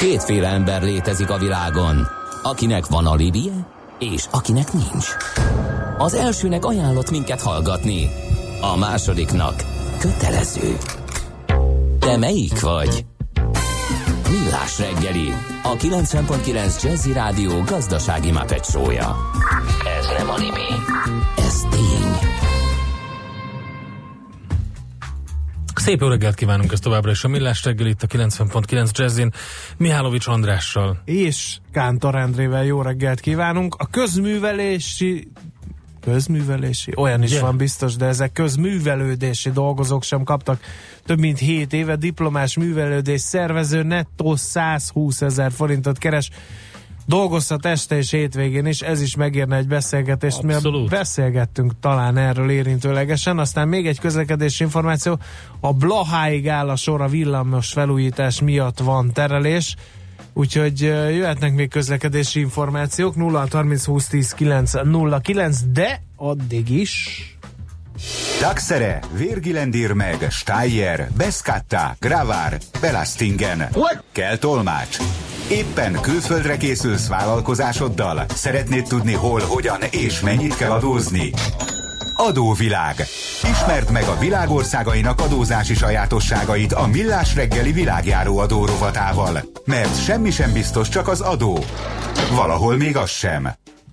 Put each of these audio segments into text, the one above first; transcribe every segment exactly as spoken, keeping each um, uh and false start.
Kétféle ember létezik a világon, akinek van alibije, és akinek nincs. Az elsőnek ajánlott minket hallgatni, a másodiknak kötelező. Te melyik vagy? Millás reggeli, a kilencven pont kilenc Jazzy Rádió gazdasági Muppet show-ja. Ez nem anime, ez tény. Szép jó reggelt kívánunk, ez továbbra is a Millás reggel itt a kilencven pont kilenc Jazzin, Mihálovics Andrással. És Kántor Endrével jó reggelt kívánunk. A közművelési közművelési, olyan is yeah. van biztos, de ezek közművelődési dolgozók sem kaptak több mint hét éve. Diplomás művelődés szervező nettó százhúszezer forintot keres. Dolgozhat este és hétvégén is, ez is megérne egy beszélgetést. Abszolút. Mi beszélgettünk talán erről érintőlegesen. Aztán még egy közlekedési információ. A Blaháig áll a sor, a villamos felújítás miatt van terelés, úgyhogy jöhetnek még közlekedési információk. Nulla harminc húsz tíz kilenc nulla kilenc, de addig is Daxere, Virgilendir meg, Steyer, Beskatta, Gravár, Belastingen. Kell tolmács. Éppen külföldre készülsz vállalkozásoddal? Szeretnéd tudni hol, hogyan és mennyit kell adózni? Adóvilág. Ismerd meg a világországainak adózási sajátosságait a Millás reggeli világjáró adó rovatával. Mert semmi sem biztos, csak az adó. Valahol még az sem.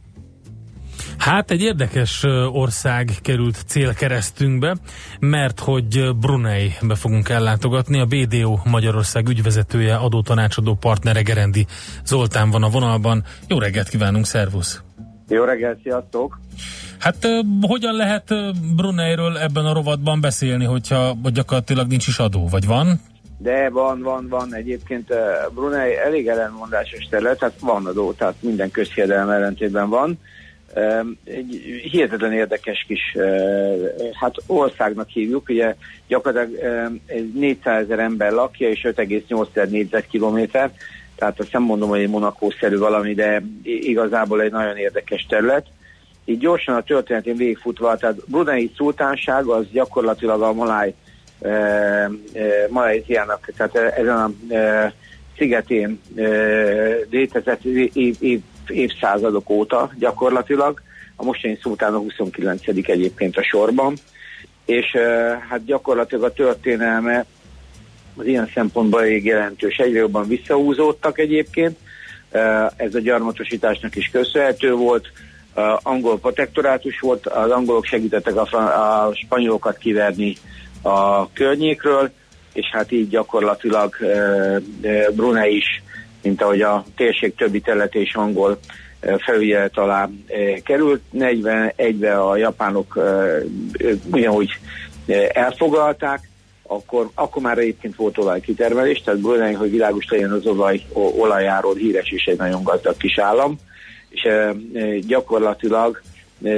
Hát egy érdekes ország került célkeresztünkbe, mert hogy Bruneibe fogunk ellátogatni. A bé dé o Magyarország ügyvezetője, adótanácsadó partnere Gerendi Zoltán van a vonalban. Jó reggelt kívánunk, szervusz! Jó reggelt, sziasztok! Hát hogyan lehet Bruneiről ebben a rovatban beszélni, hogyha gyakorlatilag nincs is adó, vagy van? De van, van, van. Egyébként Brunei elég ellenmondásos terület, tehát van adó, tehát minden közhiedelem ellentétben van. Egy hihetetlen érdekes kis hát országnak hívjuk, ugye gyakorlatilag négyszázezer ember lakja, és öt egész nyolc négyzetkilométer, tehát azt nem mondom, hogy egy Monakó-szerű valami, de igazából egy nagyon érdekes terület. Így gyorsan a történetén végigfutva, tehát Brunei szultánság az gyakorlatilag a Maláj e, e, Malajziának, tehát ezen a e, szigetén e, létezett év, év, évszázadok óta gyakorlatilag. A mostani szultán a huszonkilencedik egyébként a sorban, és e, hát gyakorlatilag a történelme az ilyen szempontból elég jelentős. Egyre jobban visszahúzódtak egyébként, e, ez a gyarmatosításnak is köszönhető volt. Uh, angol protektorátus volt, az angolok segítettek a, a spanyolokat kiverni a környékről, és hát így gyakorlatilag uh, uh, Brunei is, mint ahogy a térség többi területe is angol uh, felügyelet alá uh, került. negyvenegyben a japánok uh, uh, ugyanúgy uh, elfoglalták, akkor, akkor már egyébként volt olajkitermelés, tehát Brunei, hogy világos legyen, az olaj, olajáról híres is egy nagyon gazdag kis állam, és e, gyakorlatilag e,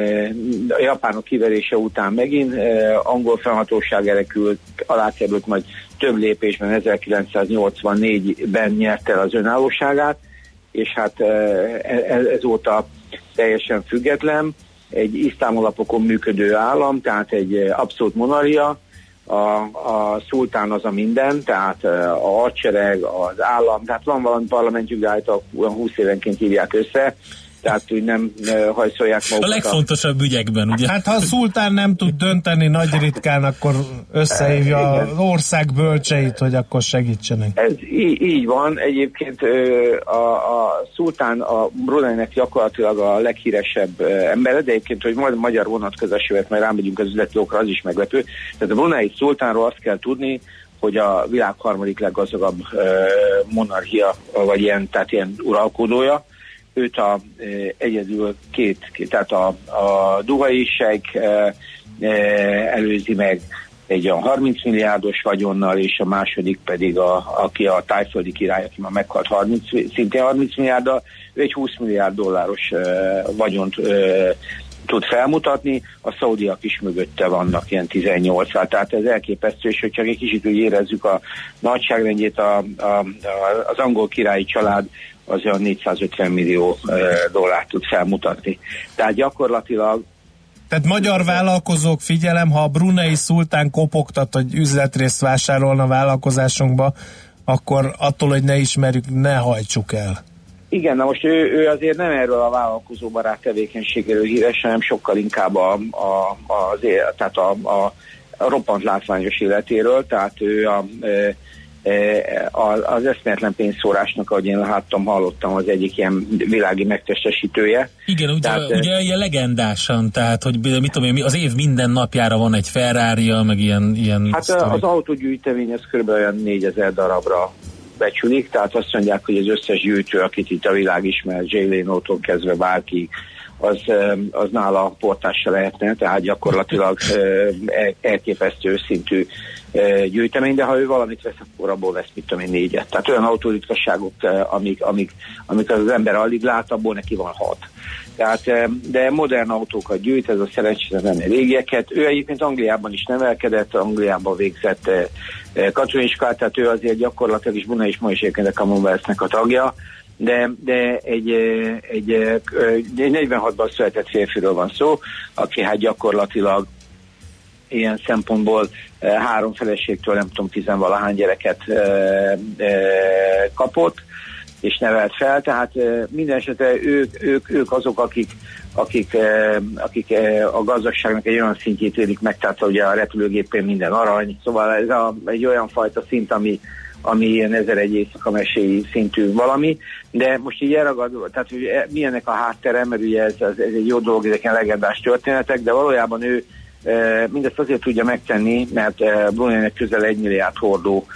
a japánok kiverése után megint e, angol fennhatóság elekült, alákerült, majd több lépésben ezerkilencszáznyolcvannégyben nyerte el az önállóságát, és hát e, ezóta teljesen független, egy iszlám alapokon működő állam, tehát egy abszolút monarchia. A, a szultán az a minden, tehát a hadsereg, az állam, tehát van valami parlamentjük, de által húsz évenként hívják össze, tehát úgy nem hajszolják magukat. A legfontosabb ügyekben, ugye? Hát ha a szultán nem tud dönteni nagy ritkán, akkor összehívja az ország bölcseit, hogy akkor segítsenek. Ez í- így van. Egyébként a, a szultán a Bruneinek gyakorlatilag a leghíresebb embere, de egyébként, hogy majd magyar vonatkozásével, majd rámegyünk az üzleti okra, az is meglepő. Tehát a brunei szultánról azt kell tudni, hogy a világ harmadik leggazdagabb monarchia, vagy ilyen, tehát ilyen uralkodója. Őt a, e, egyedül két, két, tehát a, a duhai sejk e, e, előzi meg egy olyan harminc milliárdos vagyonnal, és a második pedig, a, aki a tájföldi király, aki már meghalt harminc, szintén harminc milliárddal, ő egy húsz milliárd dolláros e, vagyont e, tud felmutatni, a szaudiak is mögötte vannak ilyen tizennyolc-al, tehát ez elképesztő, és hogyha egy kicsit úgy érezzük a nagyságrendjét, a, a, a, az angol királyi család az olyan négyszázötven millió dollárt tud felmutatni. Tehát gyakorlatilag... Tehát magyar vállalkozók, figyelem, ha a brunei szultán kopogtat, hogy üzletrészt vásárolna a vállalkozásunkba, akkor attól, hogy ne ismerjük, ne hajtsuk el. Igen, na most ő, ő azért nem erről a vállalkozóbarát tevékenységéről híres, hanem sokkal inkább a, a, az, tehát a, a, a roppant látványos életéről, tehát ő a, a, az eszméletlen pénzszórásnak, ahogy én láttam, hallottam, az egyik ilyen világi megtestesítője. Igen, ugye, tehát, ugye ilyen legendásan, tehát, hogy mit tudom én, az év minden napjára van egy Ferrari-ja, meg ilyen, ilyen hát sztori. Az autógyűjtemény az kb. Olyan négyezer darabra becsülik, tehát azt mondják, hogy az összes gyűjtő, akit itt a világ ismer, Jay Leno-tól kezdve bárki, az, az nála portással lehetne, tehát gyakorlatilag elképesztő szintű gyűjtemény, de ha ő valamit vesz, akkor abból lesz, mit tudom én, négyet. Tehát olyan autóritkasságok, amik, amik, amik az ember alig lát, abból neki van hat. Tehát, de modern autókat gyűjt, ez a szerencsétlen régieket. Ő egyébként Angliában is nevelkedett, Angliában végzett katoniskolát, tehát ő azért gyakorlatilag is Brunei és ma is egyébként a Commonwealth-nek a tagja, de, de egy, egy, egy negyvenhatban született férfiről van szó, aki hát gyakorlatilag ilyen szempontból három feleségtől nem tudom tizenvalahány gyereket kapott, és nevelt fel, tehát minden esetre ők, ők, ők azok, akik, akik, akik a gazdagságnak egy olyan szintjét élik meg, tehát ugye a repülőgépén minden arany, szóval ez a, egy olyan fajta szint, ami, ami ilyen ezer-egy éjszaka meséi szintű valami, de most így elragadva, tehát hogy milyennek a háttere, mert ugye ez, ez egy jó dolog, ezek ilyen legendás történetek, de valójában ő mindezt azért tudja megtenni, mert Bruneinek közel egy milliárd hordó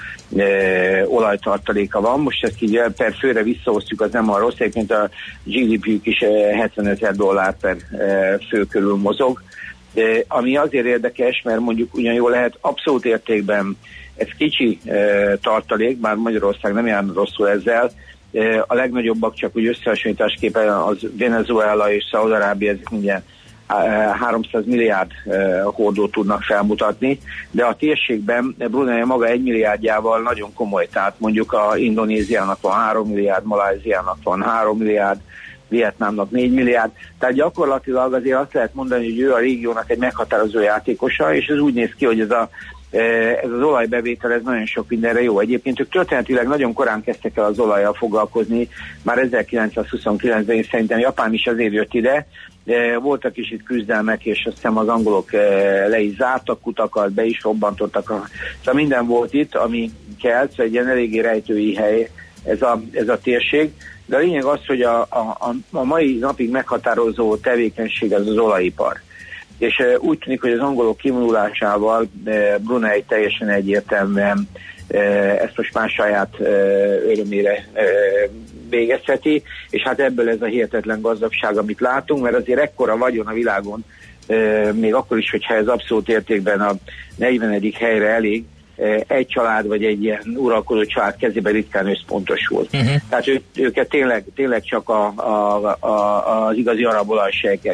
olajtartaléka van. Most ezt így per főre visszaosztjuk, az nem a rossz, egyébként a gé dé pé-jük is hetvenezer dollár per fő körül mozog. Ami azért érdekes, mert mondjuk ugyan jól lehet, abszolút értékben ez kicsi tartalék, bár Magyarország nem jár rosszul ezzel. A legnagyobbak csak úgy összehasonlításképpen az Venezuela és Szaúd-Arábia, ezek mindjárt háromszáz milliárd hordót tudnak felmutatni, de a térségben Brunei maga egy milliárdjával nagyon komoly, tehát mondjuk a Indonéziának van három milliárd, Malajziának van három milliárd, Vietnámnak négy milliárd, tehát gyakorlatilag azért azt lehet mondani, hogy ő a régiónak egy meghatározó játékosa, és ez úgy néz ki, hogy ez a ez az olajbevétel, ez nagyon sok mindenre jó. Egyébként ők történetileg nagyon korán kezdtek el az olajjal foglalkozni, már ezerkilencszázhuszonkilencben, és szerintem Japán is azért jött ide. Voltak is itt küzdelmek, és azt hiszem az angolok le is zártak kutakat, be is robbantottak. Szóval minden volt itt, ami kell, szóval egy ilyen eléggé rejtői hely ez a, ez a térség. De a lényeg az, hogy a, a, a mai napig meghatározó tevékenység az az olajipar. És uh, úgy tűnik, hogy az angolok kivonulásával uh, Brunei teljesen egyértelműen uh, ezt most már saját uh, örömére uh, végezheti, és hát ebből ez a hihetetlen gazdagság, amit látunk, mert azért ekkora vagyon a világon, uh, még akkor is, hogyha ez abszolút értékben a negyvenedik helyre elég, uh, egy család vagy egy ilyen uralkodó család kezében ritkán összpontosul. Uh-huh. Tehát ő, őket tényleg, tényleg csak a, a, a, az igazi arab olajsejkek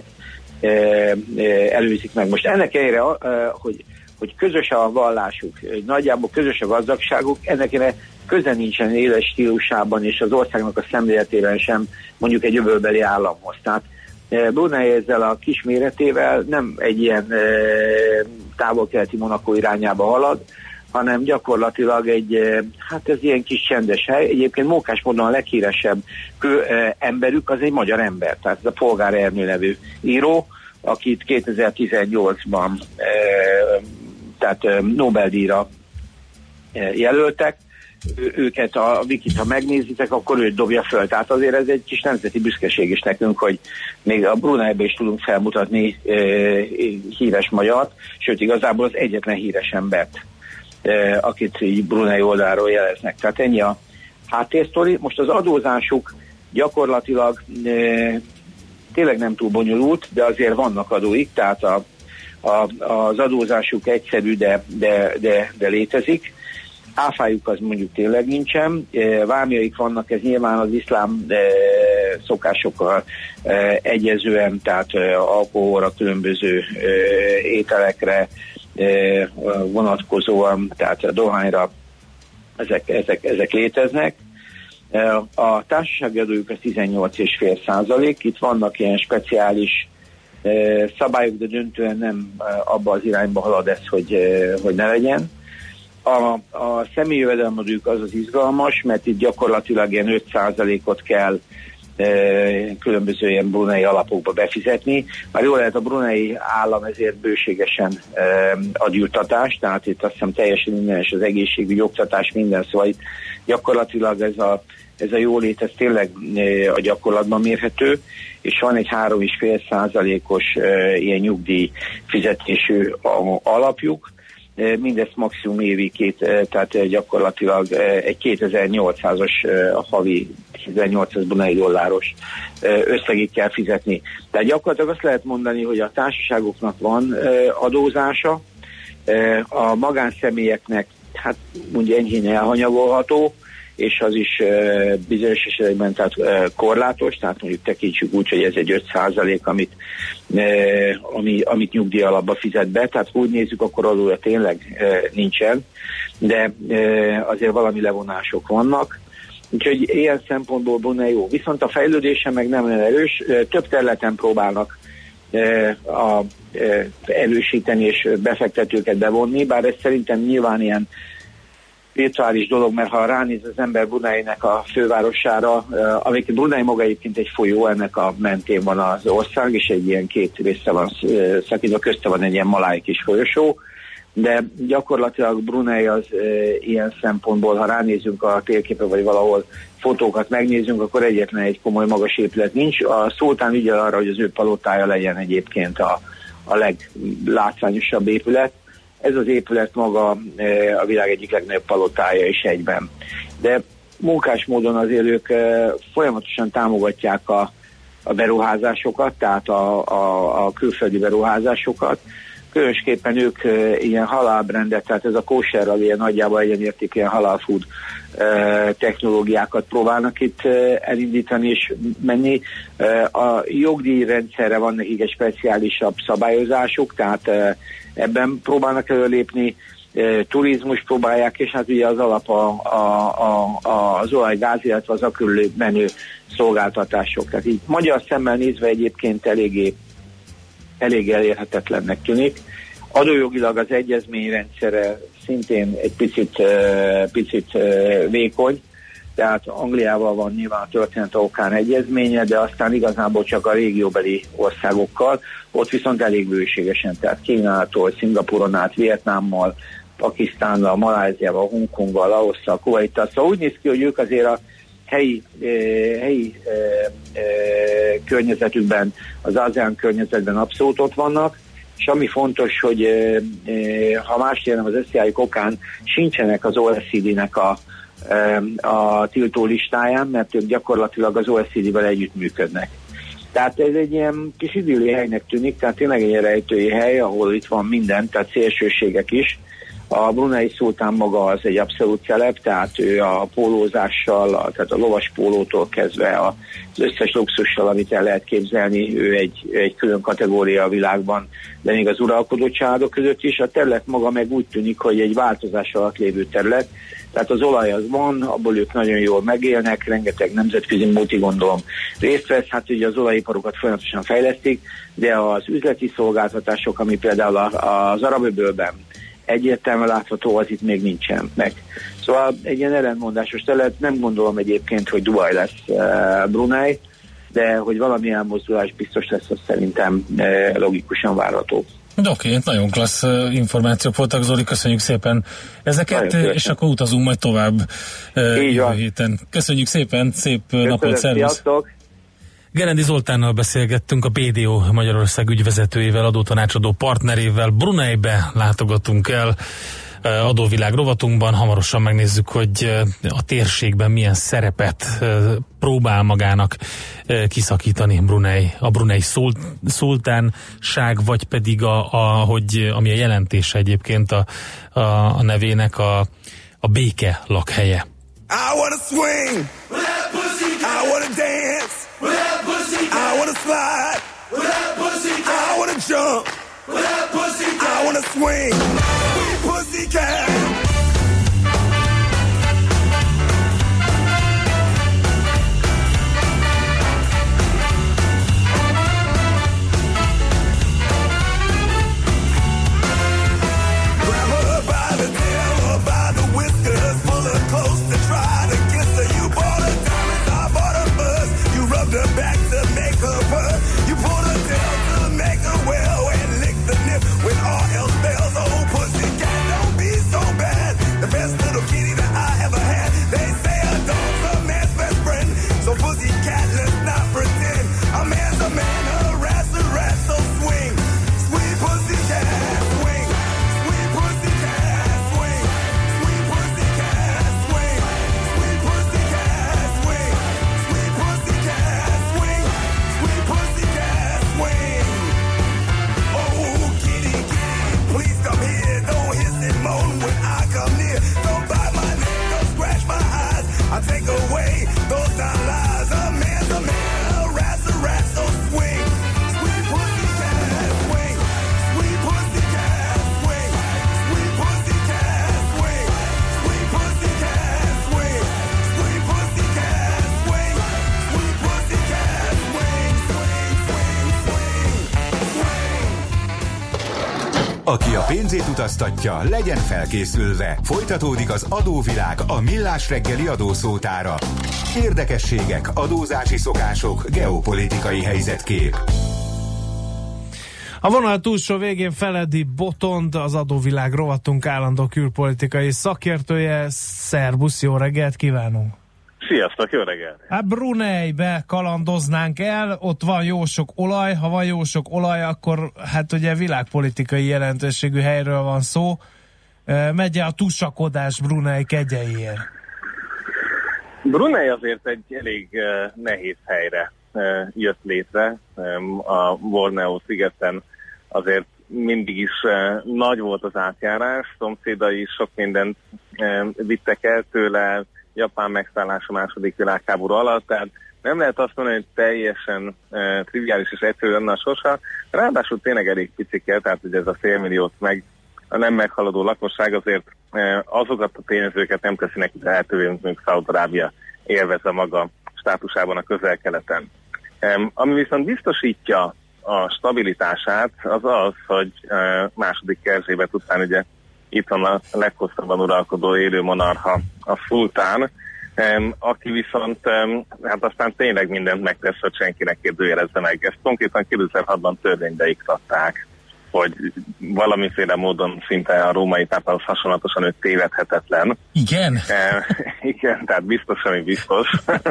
előzik meg. Most ennek ellenére, hogy, hogy közös a vallásuk, nagyjából közös a gazdagságuk, ennek köze nincsen éles stílusában és az országnak a szemléletében sem mondjuk egy jövőbeli államhoz. Tehát Brunei ezzel a kis méretével nem egy ilyen távol-keleti Monakó irányába halad, hanem gyakorlatilag egy, hát ez ilyen kis csendes hely. Egyébként mókás módon a leghíresebb kö, emberük az egy magyar ember, tehát ez a Polgár Ernő nevű író, akit kétezer-tizennyolcban e, tehát e, Nobel-díjra e, jelöltek. Ő, őket a Wikit, ha megnézitek, akkor őt dobja föl. Tehát azért ez egy kis nemzeti büszkeség is nekünk, hogy még a Bruneibe is tudunk felmutatni e, híres magyart, sőt igazából az egyetlen híres embert, e, akit így Brunei oldalról jeleznek. Tehát ennyi a háttérsztori. Most az adózásuk gyakorlatilag e, tényleg nem túl bonyolult, de azért vannak adóik, tehát a, a, az adózásuk egyszerű, de, de, de, de létezik. Áfájuk az mondjuk tényleg nincsen, vámjaik vannak, ez nyilván az iszlám szokásokkal egyezően, tehát alkoholra, különböző ételekre vonatkozóan, tehát a dohányra ezek, ezek, ezek léteznek. A társasági adójuk az tizennyolc egész öt százalék, itt vannak ilyen speciális szabályok, de döntően nem abba az irányba halad ez, hogy, hogy ne legyen. A, a személyi jövedelemadójuk az az izgalmas, mert itt gyakorlatilag ilyen öt százalékot kell e, különböző ilyen brunei alapokba befizetni. Már jól lehet, a brunei állam ezért bőségesen e, ad juttatást, tehát itt azt hiszem teljesen minden, és az egészségügy, oktatás, minden, szóval itt gyakorlatilag ez a, ez a jólét, ez tényleg e, a gyakorlatban mérhető, és van egy három egész öt százalékos e, ilyen nyugdíj fizetésű alapjuk. Mindezt maximum évi két, tehát gyakorlatilag egy kétezer-nyolcszázas havi kétezer-nyolcszáz brunei dolláros összegig kell fizetni. Tehát gyakorlatilag azt lehet mondani, hogy a társaságoknak van adózása, a magánszemélyeknek hát mondja enyhén elhanyagolható, és az is uh, bizonyos esetben tehát, uh, korlátos, tehát mondjuk tekintsük úgy, hogy ez egy öt százalék, amit, uh, ami, amit nyugdíj alapba fizet be, tehát úgy nézzük, akkor adója tényleg uh, nincsen, de uh, azért valami levonások vannak, úgyhogy ilyen szempontból Brunei jó. Viszont a fejlődése meg nem olyan erős, uh, több területen próbálnak uh, a, uh, erősíteni és befektetőket bevonni, bár ez szerintem nyilván ilyen virtuális dolog, mert ha ránéz az ember Bruneinek a fővárosára, amik Brunei maga egyébként egy folyó, ennek a mentén van az ország, és egy ilyen két része van szakítva, közte van egy ilyen maláj kis folyosó, de gyakorlatilag Brunei az e, ilyen szempontból, ha ránézünk a térképre, vagy valahol fotókat megnézünk, akkor egyetlen egy komoly magas épület nincs. A szultán ügyel arra, hogy az ő palotája legyen egyébként a, a leglátványosabb épület. Ez az épület maga a világ egyik legnagyobb palotája is egyben. De munkás módon azért ők folyamatosan támogatják a, a beruházásokat, tehát a, a, a külföldi beruházásokat. Különösképpen ők ilyen halálbrendet, tehát ez a kóserral ilyen nagyjából egyenértékű ilyen halálfood technológiákat próbálnak itt elindítani és menni. A jogdíjrendszerre van nekik egy speciálisabb szabályozásuk, tehát ebben próbálnak előlépni, turizmus próbálják, és hát ugye az alap a, a, a, az olaj, gáz, illetve az a körül menő szolgáltatások. Tehát így magyar szemmel nézve egyébként eléggé, eléggé elérhetetlennek tűnik. Adójogilag az egyezményrendszere szintén egy picit, picit vékony, tehát Angliával van nyilván a történet okán egyezménye, de aztán igazából csak a régióbeli országokkal, ott viszont elég bőségesen, tehát Kínától, Szingapuron át, Vietnámmal, Pakisztánnal, Maláziával, Hongkonggal, Laosszal, Kuwaittal. Szóval úgy néz ki, hogy ők azért a helyi, eh, helyi eh, eh, környezetükben, az ASEAN környezetben abszolút ott vannak, és ami fontos, hogy eh, eh, ha más nem az es zé i okán sincsenek az o e cé dé-nek a a tiltó listáján, mert ők gyakorlatilag az o e cé dé-vel együttműködnek. Tehát ez egy ilyen kis idilli helynek tűnik, tehát tényleg egy rejtői hely, ahol itt van minden, tehát szélsőségek is. A brunei szultán maga az egy abszolút celeb, tehát ő a pólózással, a, tehát a lovas pólótól kezdve az összes luxussal, amit el lehet képzelni, ő egy, egy külön kategória a világban, de még az uralkodó családok között is. A terület maga meg úgy tűnik, hogy egy változás alatt lévő terület, tehát az olaj az van, abból ők nagyon jól megélnek, rengeteg nemzetközi multi gondolom részt vesz, hát ugye az olajiparokat folyamatosan fejlesztik, de az üzleti szolgáltatások, ami például az Arab-öbölben egyértelműen látható, az itt még nincsen meg. Szóval egy ilyen ellentmondásos terület, nem gondolom egyébként, hogy Dubaj lesz uh, Brunei, de hogy valami elmozdulás biztos lesz, az szerintem uh, logikusan várható. Oké, okay, nagyon klassz információk voltak, Zoli, köszönjük szépen ezeket, és akkor utazunk majd tovább jövő héten. Köszönjük szépen, szép Köszönöm, napot, szervusz! Gerendi Zoltánnal beszélgettünk, a bé dé o Magyarország ügyvezetőjével, adótanácsadó partnerével. Bruneibe látogatunk el adóvilág rovatunkban, hamarosan megnézzük, hogy a térségben milyen szerepet próbál magának kiszakítani Brunei, a Brunei szult, szultánság, vagy pedig a, a, hogy, ami a jelentése egyébként a, a, a nevének a, a béke lakhelye. I wanna swing, I wanna dance, I wanna slide, I wanna jump, I wanna swing, pussycat. Grab her by the tail or by way. Those are lies. A man's a man, a rat's a rat, so swing. Sweet pussy cat, swing. Sweet pussy cat, swing. Sweet pussy cat, swing. Sweet pussy cat, swing. Sweet pussy cat, swing. Sweet pussy cat, swing, swing, swing, swing, swing. Aki a pénzét utaztatja, legyen felkészülve. Folytatódik az adóvilág a Millás reggeli adószótára. Érdekességek, adózási szokások, geopolitikai helyzetkép. A vonal túlsó végén Feledi Botond, az adóvilág rovatunk állandó külpolitikai szakértője. Szerbusz, jó reggelt kívánunk! Sziasztok, jó reggelt! Hát Bruneibe kalandoznánk el, ott van jó sok olaj, ha van jó sok olaj, akkor hát ugye világpolitikai jelentőségű helyről van szó. Megy a tusakodás Brunei kegyeiért? Brunei azért egy elég uh, nehéz helyre uh, jött létre. Um, a Borneo szigeten azért mindig is uh, nagy volt az átjárás, szomszédai is sok mindent uh, vittek el tőle, Japán megszállása a második világháború alatt, tehát nem lehet azt mondani, hogy teljesen uh, triviális és egyszerű lenne a sorsa, ráadásul tényleg elég picike, tehát ugye ez a félmilliót meg a nem meghaladó lakosság azért uh, azokat a tényezőket nem teszi neki lehetővé, mint Szaúd-Arábia élvezze maga státusában a Közel-Keleten. Um, ami viszont biztosítja a stabilitását, az az, hogy uh, második Erzsébet után ugye itt van a leghosszabban uralkodó élő monarcha, a szultán, um, aki viszont um, hát aztán tényleg mindent megtesz, hogy senkinek kérdőjelezze meg. Ezt konkrétan kétezer-hatban törvénybe iktatták, hogy valamiféle módon szinte a római pápához hasonlatosan ő tévedhetetlen. Igen? E, igen, tehát biztos, ami biztos.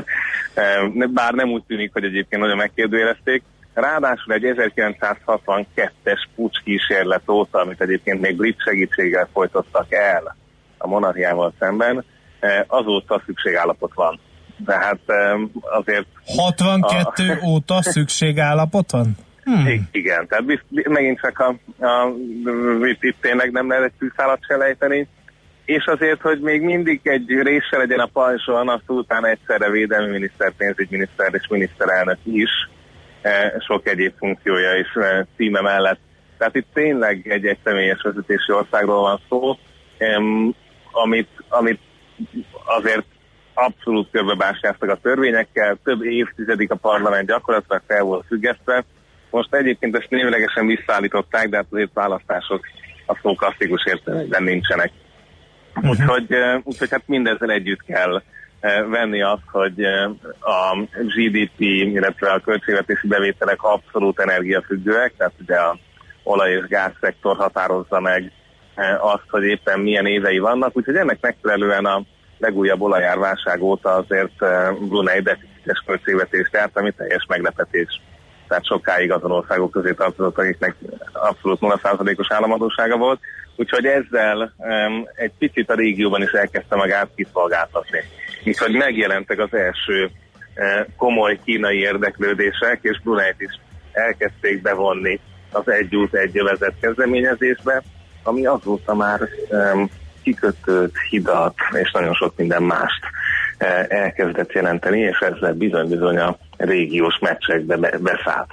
e, bár nem úgy tűnik, hogy egyébként nagyon megkérdőjelezték. Ráadásul egy ezerkilencszázhatvankettes puccs kísérlet óta, amit egyébként még brit segítséggel folytattak el a monarchiával szemben, e, azóta szükségállapot van. Tehát e, azért... hatvankettő a... óta szükségállapot van? Hmm. Igen, tehát bizt, megint csak a, a, itt, itt tényleg nem lehet egy tűzszálat se lejteni, és azért, hogy még mindig egy része legyen a pajzson, azt utána egyszerre védelmi miniszter, pénzügyminiszter és miniszterelnök is, e, sok egyéb funkciója és e, címe mellett. Tehát itt tényleg egy egyszemélyes vezetési országról van szó, e, amit, amit azért abszolút körbebástyáztak a törvényekkel, több évtizedig a parlament gyakorlatilag fel volt függesztve. Most egyébként ezt névlegesen visszaállították, de hát azért választások a szó klasszikus értelemben nincsenek. Uh-huh. Úgyhogy, úgyhogy hát mindezzel együtt kell venni azt, hogy a gé dé pé, illetve a költségvetési bevételek abszolút energiafüggőek, tehát ugye a olaj- és gázszektor határozza meg azt, hogy éppen milyen évei vannak, úgyhogy ennek megfelelően a legújabb olajárválság óta azért Brunei deficites költségvetést járt, ami teljes meglepetés. Tehát sokáig azon országok közé tartozott, akiknek abszolút nulla százalékos államadósága volt. Úgyhogy ezzel um, egy picit a régióban is elkezdte magát kiszolgáltatni. Úgyhogy megjelentek az első uh, komoly kínai érdeklődések, és Bruneit is elkezdték bevonni az egy út, egy övezet kezdeményezésbe, ami azóta már um, kikötőt, hidat és nagyon sok minden mást uh, elkezdett jelenteni, és ezzel bizony-bizony a régiós meccsekbe beszállt.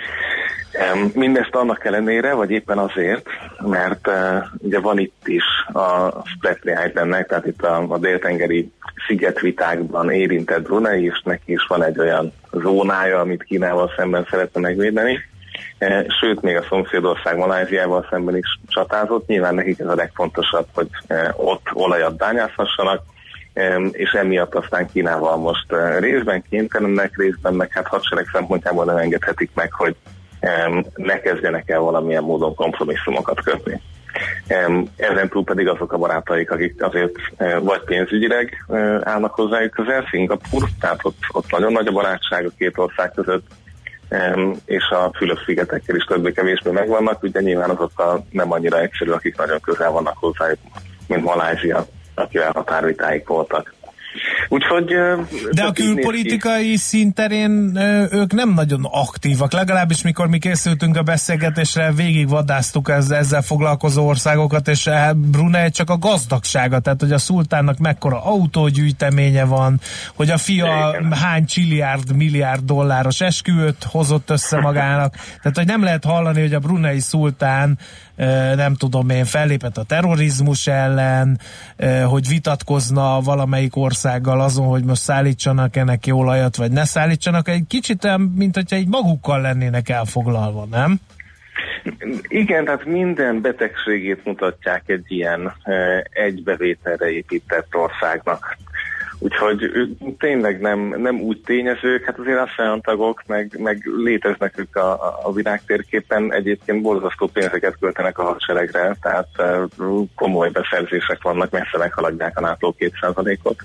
Mindezt annak ellenére, vagy éppen azért, mert uh, ugye van itt is a Spratly Islandnek, tehát itt a, a déltengeri szigetvitákban érintett Brunei, és neki is van egy olyan zónája, amit Kínával szemben szeretne megvédeni. Uh, sőt, még a szomszédország Malajziával szemben is csatázott. Nyilván nekik ez a legfontosabb, hogy uh, ott olajat bányászhassanak, um, és emiatt aztán Kínával most uh, részben kénytelenek, részben meg hát hadsereg szempontjából nem engedhetik meg, hogy ne kezdjenek el valamilyen módon kompromisszumokat kötni. Ezen túl pedig azok a barátaik, akik azért vagy pénzügyileg állnak hozzájuk közel, Szingapúr, tehát ott, ott nagyon nagy a barátság a két ország között, és a Fülöp-szigetekkel is többé-kevésbé megvannak, ugye nyilván azokkal nem annyira egyszerű, akik nagyon közel vannak hozzájuk, mint Malázsia, akivel határvitáik voltak. Úgyhogy... De a külpolitikai szinterén ők nem nagyon aktívak, legalábbis mikor mi készültünk a beszélgetésre, végigvadáztuk ezzel, ezzel foglalkozó országokat, és Brunei csak a gazdagsága, tehát hogy a szultánnak mekkora autógyűjteménye van, hogy a fia igen. hány csiliárd, milliárd dolláros esküvőt hozott össze magának, tehát hogy nem lehet hallani, hogy a brunei szultán nem tudom én, fellépett a terrorizmus ellen, hogy vitatkozna valamelyik országgal azon, hogy most szállítsanak ennek jó olajat, vagy ne szállítsanak, egy kicsit olyan, mint hogyha egy magukkal lennének elfoglalva, nem? Igen, tehát minden betegségét mutatják egy ilyen egy bevételre épített országnak. Úgyhogy tényleg nem, nem úgy tényezők, hát azért ASEAN tagok, meg, meg léteznek ők a, a világ térképen, egyébként borzasztó pénzeket költenek a hadseregre, tehát komoly beszerzések vannak, messze meghaladják a NATO két százalékot,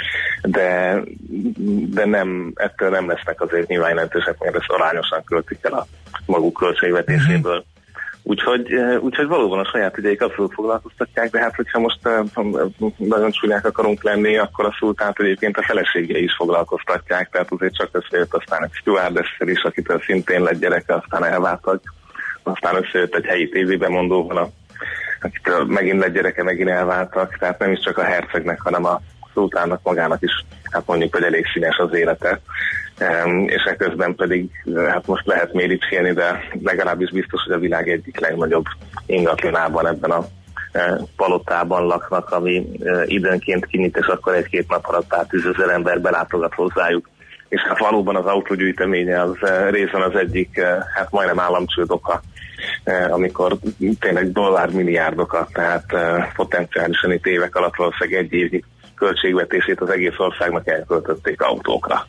de, de nem, ettől nem lesznek azért nyilván jelentősek, mert ezt arányosan költik el a maguk költségvetéséből. Mm-hmm. Úgyhogy, úgyhogy valóban a saját ügyeik abszolút foglalkoztatják, de hát hogyha most nagyon csúnyák akarunk lenni, akkor a szultánt egyébként a feleségei is foglalkoztatják, tehát azért csak összejött aztán egy stewardesszel is, akitől szintén lett gyereke, aztán elváltak, aztán összejött egy helyi tévébemondóval, akitől megint lett gyereke, megint elváltak, tehát nem is csak a hercegnek, hanem a szultánnak magának is, hát mondjuk, hogy elég színes az élete. Um, és ekközben pedig, hát most lehet méricskélni, de legalábbis biztos, hogy a világ egyik legnagyobb ingatlanában ebben a uh, palotában laknak, ami uh, időnként kinyit, és akkor egy-két nap alatt pár tízezer ember belátogat hozzájuk. És hát valóban az autógyűjteménye az uh, részben az egyik, uh, hát majdnem államcsőd oka, uh, amikor tényleg dollármilliárdokat, tehát uh, potenciálisan itt évek alatt valószínűleg egy évnyi költségvetését az egész országnak elköltötték autókra.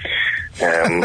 Um,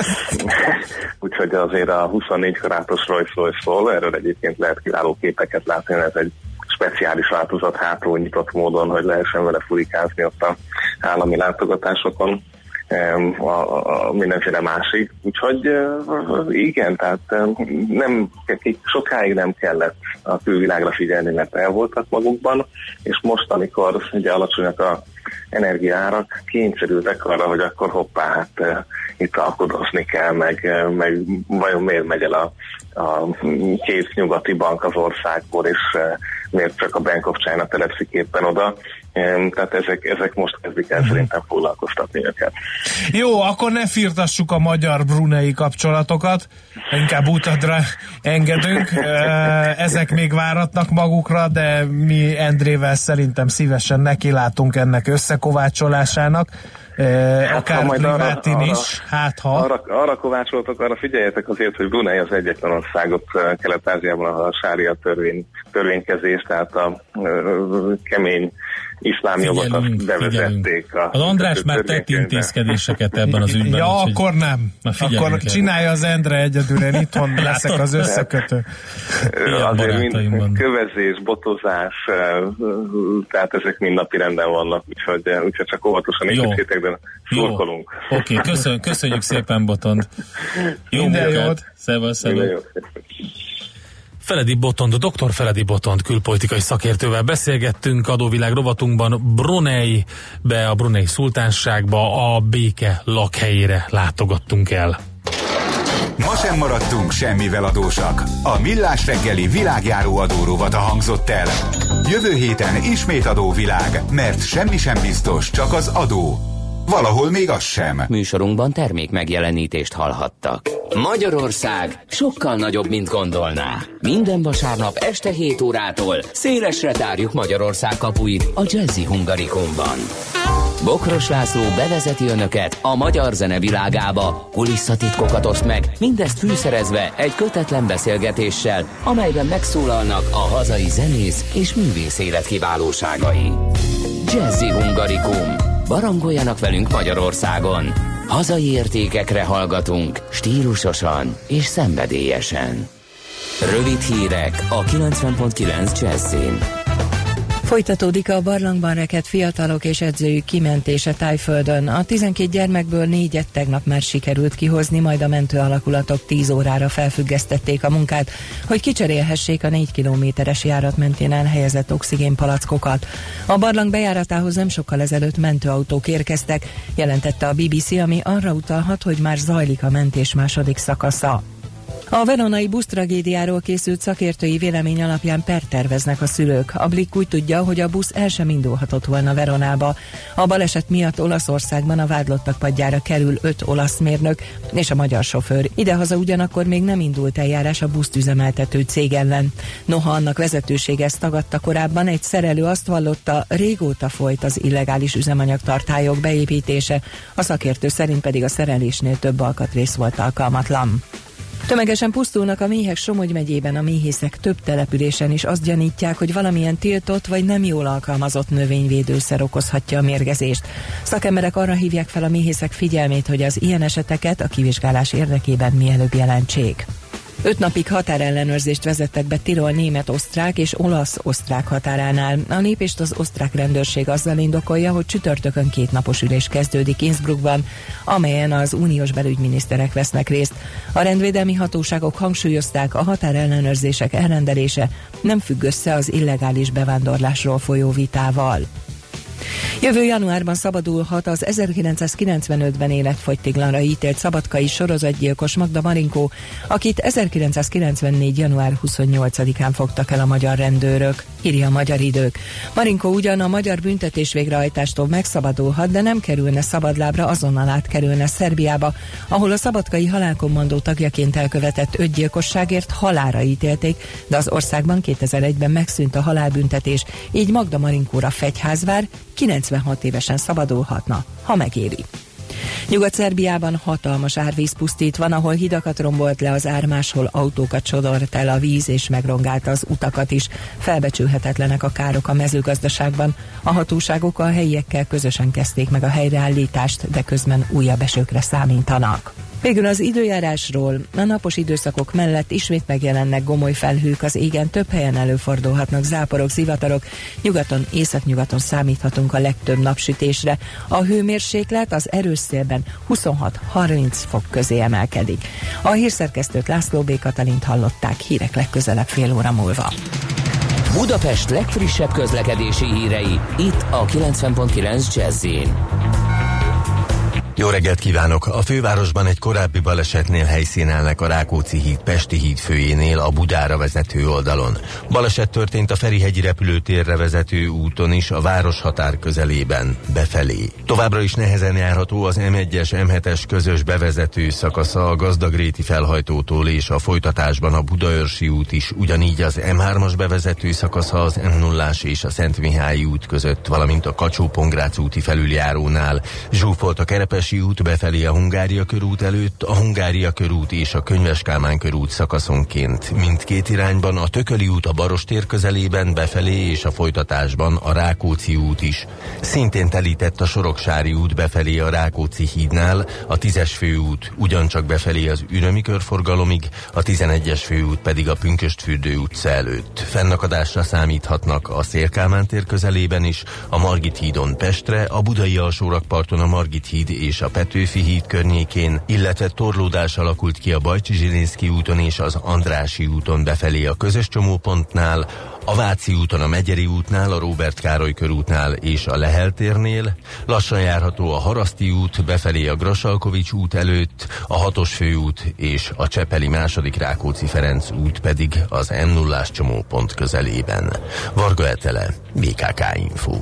úgyhogy azért a huszonnégy karátos Rolls-Royce-ról, erről egyébként lehet kiváló képeket látni, ez egy speciális változat hátul nyitott módon, hogy lehessen vele furikázni ott a állami látogatásokon, um, a, a mindenféle másik. Úgyhogy uh, igen, tehát um, nem, sokáig nem kellett a külvilágra figyelni, mert el voltak magukban, és most, amikor ugye alacsonyak a energiaárak, kényszerültek arra, hogy akkor hoppá, hát uh, itt alkudozni kell, meg, meg vajon miért megy el a, a két nyugati bank az országból, és uh, miért csak a Bank of China telepszik éppen oda. Um, tehát ezek, ezek most kezdik el szerintem foglalkoztatni őket. Jó, akkor ne firtassuk a magyar-brunei kapcsolatokat, inkább utadra engedünk. Ezek még váratnak magukra, de mi Endrével szerintem szívesen nekilátunk ennek összekovácsolásának. Hát, akár privátin arra, is, hát ha... Arra, arra kovácsoltok, arra figyeljetek azért, hogy Brunei az egyetlen országot Kelet-Ázsiában, ahol a sária törvény, törvénykezés, tehát a uh, kemény iszlám jogokat bevezették. A, az András már tett intézkedéseket ebben az ügyben. Ja, úgy, akkor nem. Akkor csinálja az Endre egyedül, én itthon leszek az összekötő. Azért mind kövezés, botozás, tehát ezek mind napi renden vannak, úgyhogy, úgyhogy csak óvatosan építsétek, de szurkolunk. Oké, okay, köszön, köszönjük szépen, Botond. Jó munkát! Szevasz, szevasz! Feledi Botond, doktor Feledi Botond külpolitikai szakértővel beszélgettünk adóvilág rovatunkban. Bruneibe, a Brunei szultánságba, a béke lakhelyére látogattunk el. Ma sem maradtunk semmivel adósak. A Millás reggeli világjáró adórovata hangzott el. Jövő héten ismét adóvilág, mert semmi sem biztos, csak az adó. Valahol még az sem. Műsorunkban termék megjelenítést hallhattak. Magyarország sokkal nagyobb, mint gondolná. Minden vasárnap este hét órától szélesre tárjuk Magyarország kapuit a Jazzy Hungarikumban. Bokros László bevezeti önöket a magyar zene világába, kulisszatitkokat oszt meg, mindezt fűszerezve egy kötetlen beszélgetéssel, amelyben megszólalnak a hazai zenész és művész élet kiválóságai. Jazzy Hungarikum. Barangoljanak velünk Magyarországon. Hazai értékekre hallgatunk, stílusosan és szenvedélyesen. Rövid hírek a kilencven pont kilenc Jazzyn. Folytatódik a barlangban rekedt fiatalok és edzőjük kimentése Thaiföldön. A tizenkét gyermekből négyet tegnap már sikerült kihozni, majd a mentőalakulatok tíz órára felfüggesztették a munkát, hogy kicserélhessék a négy kilométeres járat mentén elhelyezett oxigénpalackokat. A barlang bejáratához nem sokkal ezelőtt mentőautók érkeztek, jelentette a bé bé cé, ami arra utalhat, hogy már zajlik a mentés második szakasza. A veronai busztragédiáról készült szakértői vélemény alapján pert terveznek a szülők. A Blick úgy tudja, hogy a busz el sem indulhatott volna Veronába. A baleset miatt Olaszországban a vádlottak padjára kerül öt olasz mérnök és a magyar sofőr. Idehaza ugyanakkor még nem indult eljárás a buszt üzemeltető cég ellen. Noha annak vezetősége ezt tagadta korábban, egy szerelő azt vallotta, régóta folyt az illegális üzemanyagtartályok beépítése, a szakértő szerint pedig a szerelésnél több alkatrész volt alkalmatlan. Tömegesen pusztulnak a méhek Somogy megyében, a méhészek több településen is azt gyanítják, hogy valamilyen tiltott vagy nem jól alkalmazott növényvédőszer okozhatja a mérgezést. Szakemberek arra hívják fel a méhészek figyelmét, hogy az ilyen eseteket a kivizsgálás érdekében mielőbb jelentsék. Öt napig határellenőrzést vezettek be Tirol német-osztrák és olasz-osztrák határánál. A lépést az osztrák rendőrség azzal indokolja, hogy csütörtökön kétnapos ülés kezdődik Innsbruckban, amelyen az uniós belügyminiszterek vesznek részt. A rendvédelmi hatóságok hangsúlyozták, a határellenőrzések elrendelése nem függ össze az illegális bevándorlásról folyó vitával. Jövő januárban szabadulhat az ezerkilencszázkilencvenötben életfogytiglanra ítélt szabadkai sorozatgyilkos Magda Marinkó, akit ezerkilencszázkilencvennégy. január huszonnyolcadikán fogtak el a magyar rendőrök, írja a Magyar Idők. Marinkó ugyan a magyar büntetés végrehajtástól megszabadulhat, de nem kerülne szabadlábra, azonnal átkerülne Szerbiába, ahol a szabadkai halálkommandó tagjaként elkövetett öt gyilkosságért halálra ítélték, de az országban kétezer-egyben megszűnt a halálbüntetés, így Magda Marinkóra fegyház vár, kilencvenhat évesen szabadulhatna, ha megéri. Nyugat-Szerbiában hatalmas árvíz pusztít van, ahol hidakat rombolt le az ár, máshol autókat sodort el a víz és megrongálta az utakat is. Felbecsülhetetlenek a károk a mezőgazdaságban. A hatóságok a helyiekkel közösen kezdték meg a helyreállítást, de közben újabb esőkre számítanak. Végül az időjárásról. A napos időszakok mellett ismét megjelennek gomoly felhők az égen, több helyen előfordulhatnak záporok, zivatarok, nyugaton, északnyugaton számíthatunk a legtöbb napsütésre. A hőmérséklet az erős szélben huszonhat-harminc fok közé emelkedik. A hírszerkesztőt, László B. Katalint hallották, hírek legközelebb fél óra múlva. Budapest legfrissebb közlekedési hírei, itt a kilencven pont kilenc Jazz-in. Jó reggelt kívánok! A fővárosban egy korábbi balesetnél helyszínelnek a Rákóczi híd Pesti híd főjénél a Budára vezető oldalon. Baleset történt a Ferihegyi repülőtérre vezető úton is, a városhatár közelében, befelé. Továbbra is nehezen járható az em egyes em hetes közös bevezető szakasza a Gazdagréti felhajtótól, és a folytatásban a Budaörsi út is, ugyanígy az em hármas bevezető szakasza az em nullás és a Szentmihályi út között, valamint a Kacsó-Pongrác úti felüljárónál. Zsúfolt a Kerepesi út befelé a Hungária körút előtt, a Hungária körút és a Könyves Kálmán körút szakaszonként. Mindkét irányban a Tököli út a Barostér közelében befelé és a folytatásban a Rákóczi út is. Szintén telített a Soroksári út befelé a Rákóczi hídnál, a tízes főút ugyancsak befelé az Ürömi körforgalomig, a tizenegyes főút pedig a Pünkösdfürdő utca előtt. Fennakadásra számíthatnak a Széll-Kálmán tér közelében is, a Margit hídon Pestre, a Budai alsórakparton a Margit híd és a Petőfi híd környékén, illetve torlódás alakult ki a Bajcsi-Zsilinszky úton és az Andrássy úton befelé a közös csomópontnál, a Váci úton a Megyeri útnál, a Róbert Károly körútnál és a Lehel térnél, lassan járható a Haraszti út befelé a Grassalkovics út előtt, a hatos főút és a Csepeli második Rákóczi Ferenc út pedig az em nullás csomópont közelében. Varga Etele, bé ká ká Info.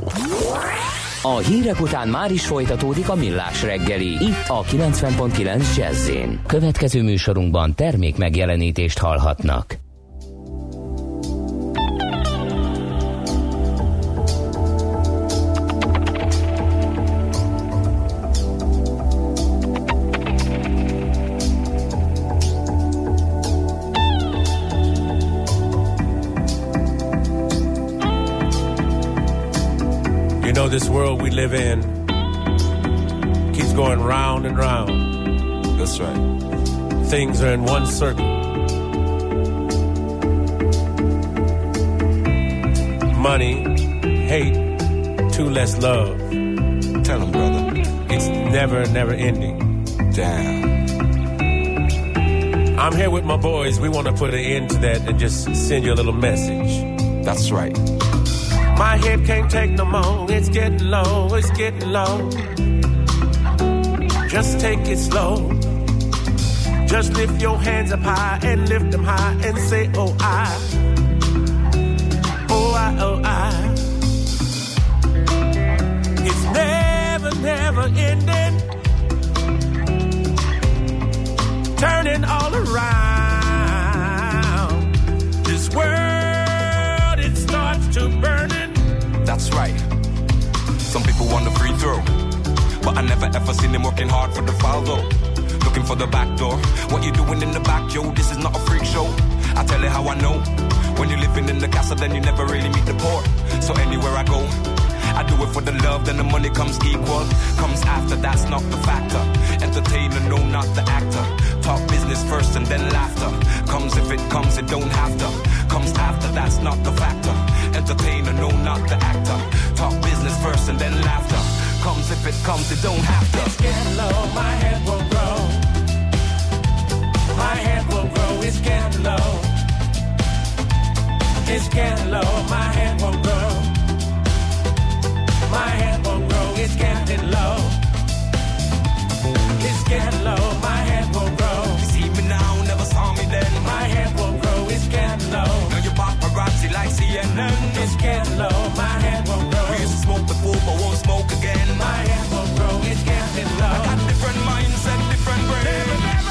A hírek után már is folytatódik a Millás reggeli, itt a kilencven pont kilenc Jazz-in. Következő műsorunkban termék megjelenítést hallhatnak. You know, this world we live in keeps going round and round. That's right. Things are in one circle. Money, hate, two less love. Tell him, brother. It's never, never ending. Damn. I'm here with my boys. We want to put an end to that and just send you a little message. That's right. My head can't take no more. It's getting low, it's getting low. Just take it slow. Just lift your hands up high and lift them high and say, oh, I. Oh, I, oh, I. It's never, never ending. Turning all around. This world, it starts to burning. That's right. Some people want the free throw, but I never ever seen them working hard for the foul though. Looking for the back door. What you doing in the back, yo? This is not a freak show. I tell you how I know. When you're living in the castle, then you never really meet the poor. So anywhere I go, I do it for the love, then the money comes equal. Comes after, that's not the factor. Entertainer, no, not the actor. Talk business first and then laughter. Comes if it comes, it don't have to. Comes after, that's not the factor. Entertainer, no, not the actor. Talk business first and then laughter. Comes if it comes, it don't have to. It's getting low, my head won't grow. My head won't grow, it's getting low. It's getting low, my head won't grow. My head won't grow, it's getting low. It's getting low, my head won't grow. You see me now, never saw me then. My head won't grow, it's getting low. Now you paparazzi like C N N. It's getting low, my head won't grow. We used to smoke before, but won't smoke again. My head won't grow, it's getting low. I got different mindset, different brain. Never, never.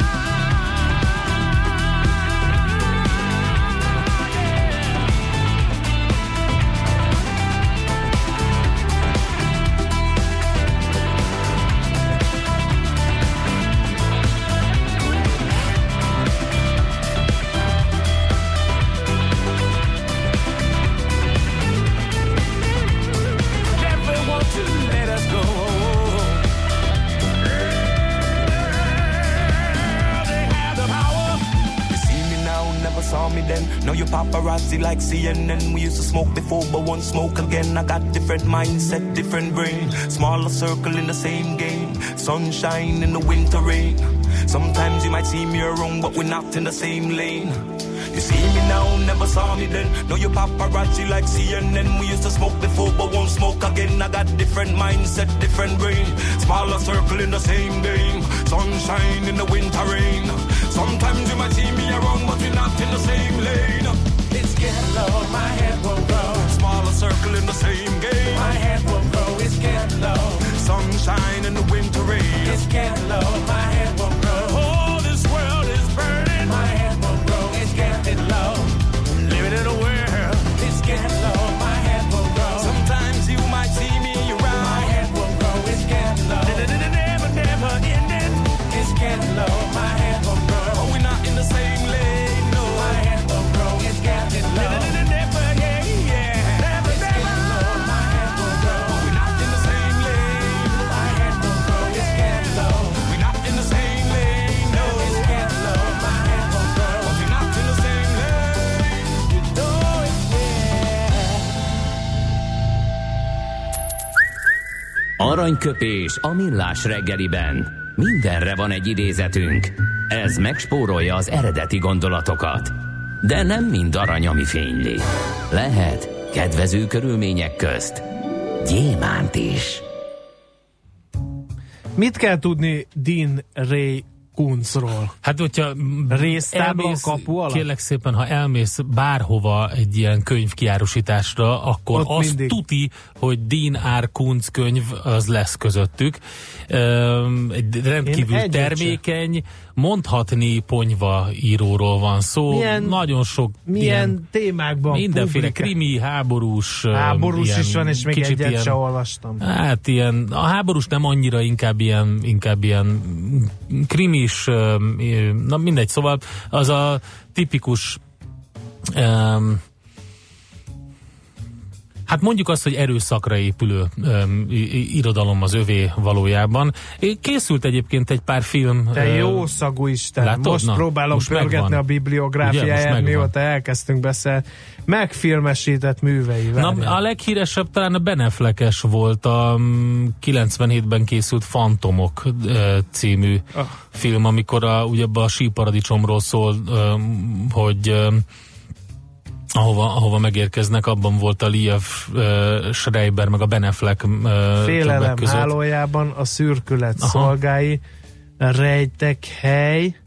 Now you paparazzi like C N N. We used to smoke before but won't smoke again. I got different mindset, different brain. Smaller circle in the same game. Sunshine in the winter rain. Sometimes you might see me around but we're not in the same lane. You see me now, never saw me then. Now you paparazzi like C N N. We used to smoke before but won't smoke again. I got different mindset, different brain. Smaller circle in the same game. Sunshine in the winter rain. Sometimes you might see me around but we're not in the same lane. It's getting low, my head won't grow. Smaller circle in the same game. My head won't grow, it's getting low. Sunshine in the winter rain. It's getting low, my head won't grow. Oh, this world is burning. My head won't grow, it's getting low. Living in a world. It's getting low, my head won't grow. Sometimes you might see me around. My head won't grow, it's getting low. Never, never ending. It's getting low, my head won't grow. Oh, we're not in the same lane, no. My head won't grow, it's getting low. Never, yeah, yeah. Never, it's never. Getting low, my head won't grow. Oh, we're not in the same lane. My head won't grow, it's getting low. We're not in the same lane, no. It's getting low, my head won't grow. Oh, we're not in the same lane. You know it, yeah. Aranyköpés a millás reggeliben. Mindenre van egy idézetünk. Ez megspórolja az eredeti gondolatokat. De nem mind arany, ami fényli. Lehet kedvező körülmények közt gyémánt is. Mit kell tudni Dean Ray Kunzról? Hát, hogyha résztábla kapu alatt? Kérlek szépen, ha elmész bárhova egy ilyen könyvkiárusításra, akkor ott azt mindig tuti, hogy Dean R. Kuntz könyv az lesz közöttük. Um, egy rendkívül termékeny, mondhatni ponyva íróról van szó. Milyen, nagyon sok milyen ilyen, témákban mindenféle publikál. Krimi, háborús. Háborús ilyen, is van, és még egyet ilyen, se olvastam. Hát ilyen, a háborús nem annyira, inkább ilyen, inkább ilyen krimis, na mindegy, szóval az a tipikus um, Hát mondjuk azt, hogy erőszakra épülő um, irodalom az övé valójában. Készült egyébként egy pár film. Te jó szagú Isten, látod? Most Na, próbálom most pörgetni megvan. A bibliográfiáját, mióta elkezdtünk beszélni. Megfilmesített művei. Na, a leghíresebb talán a Ben Affleck-es volt, a kilencvenhétben készült Fantomok című oh. film, amikor a, ugye a síparadicsomról szól, hogy ahova, ahova megérkeznek, abban volt a Liev uh, Schreiber, meg a Ben Affleck uh, Félelem hálójában a szürkület Aha. szolgái, rejtek hely,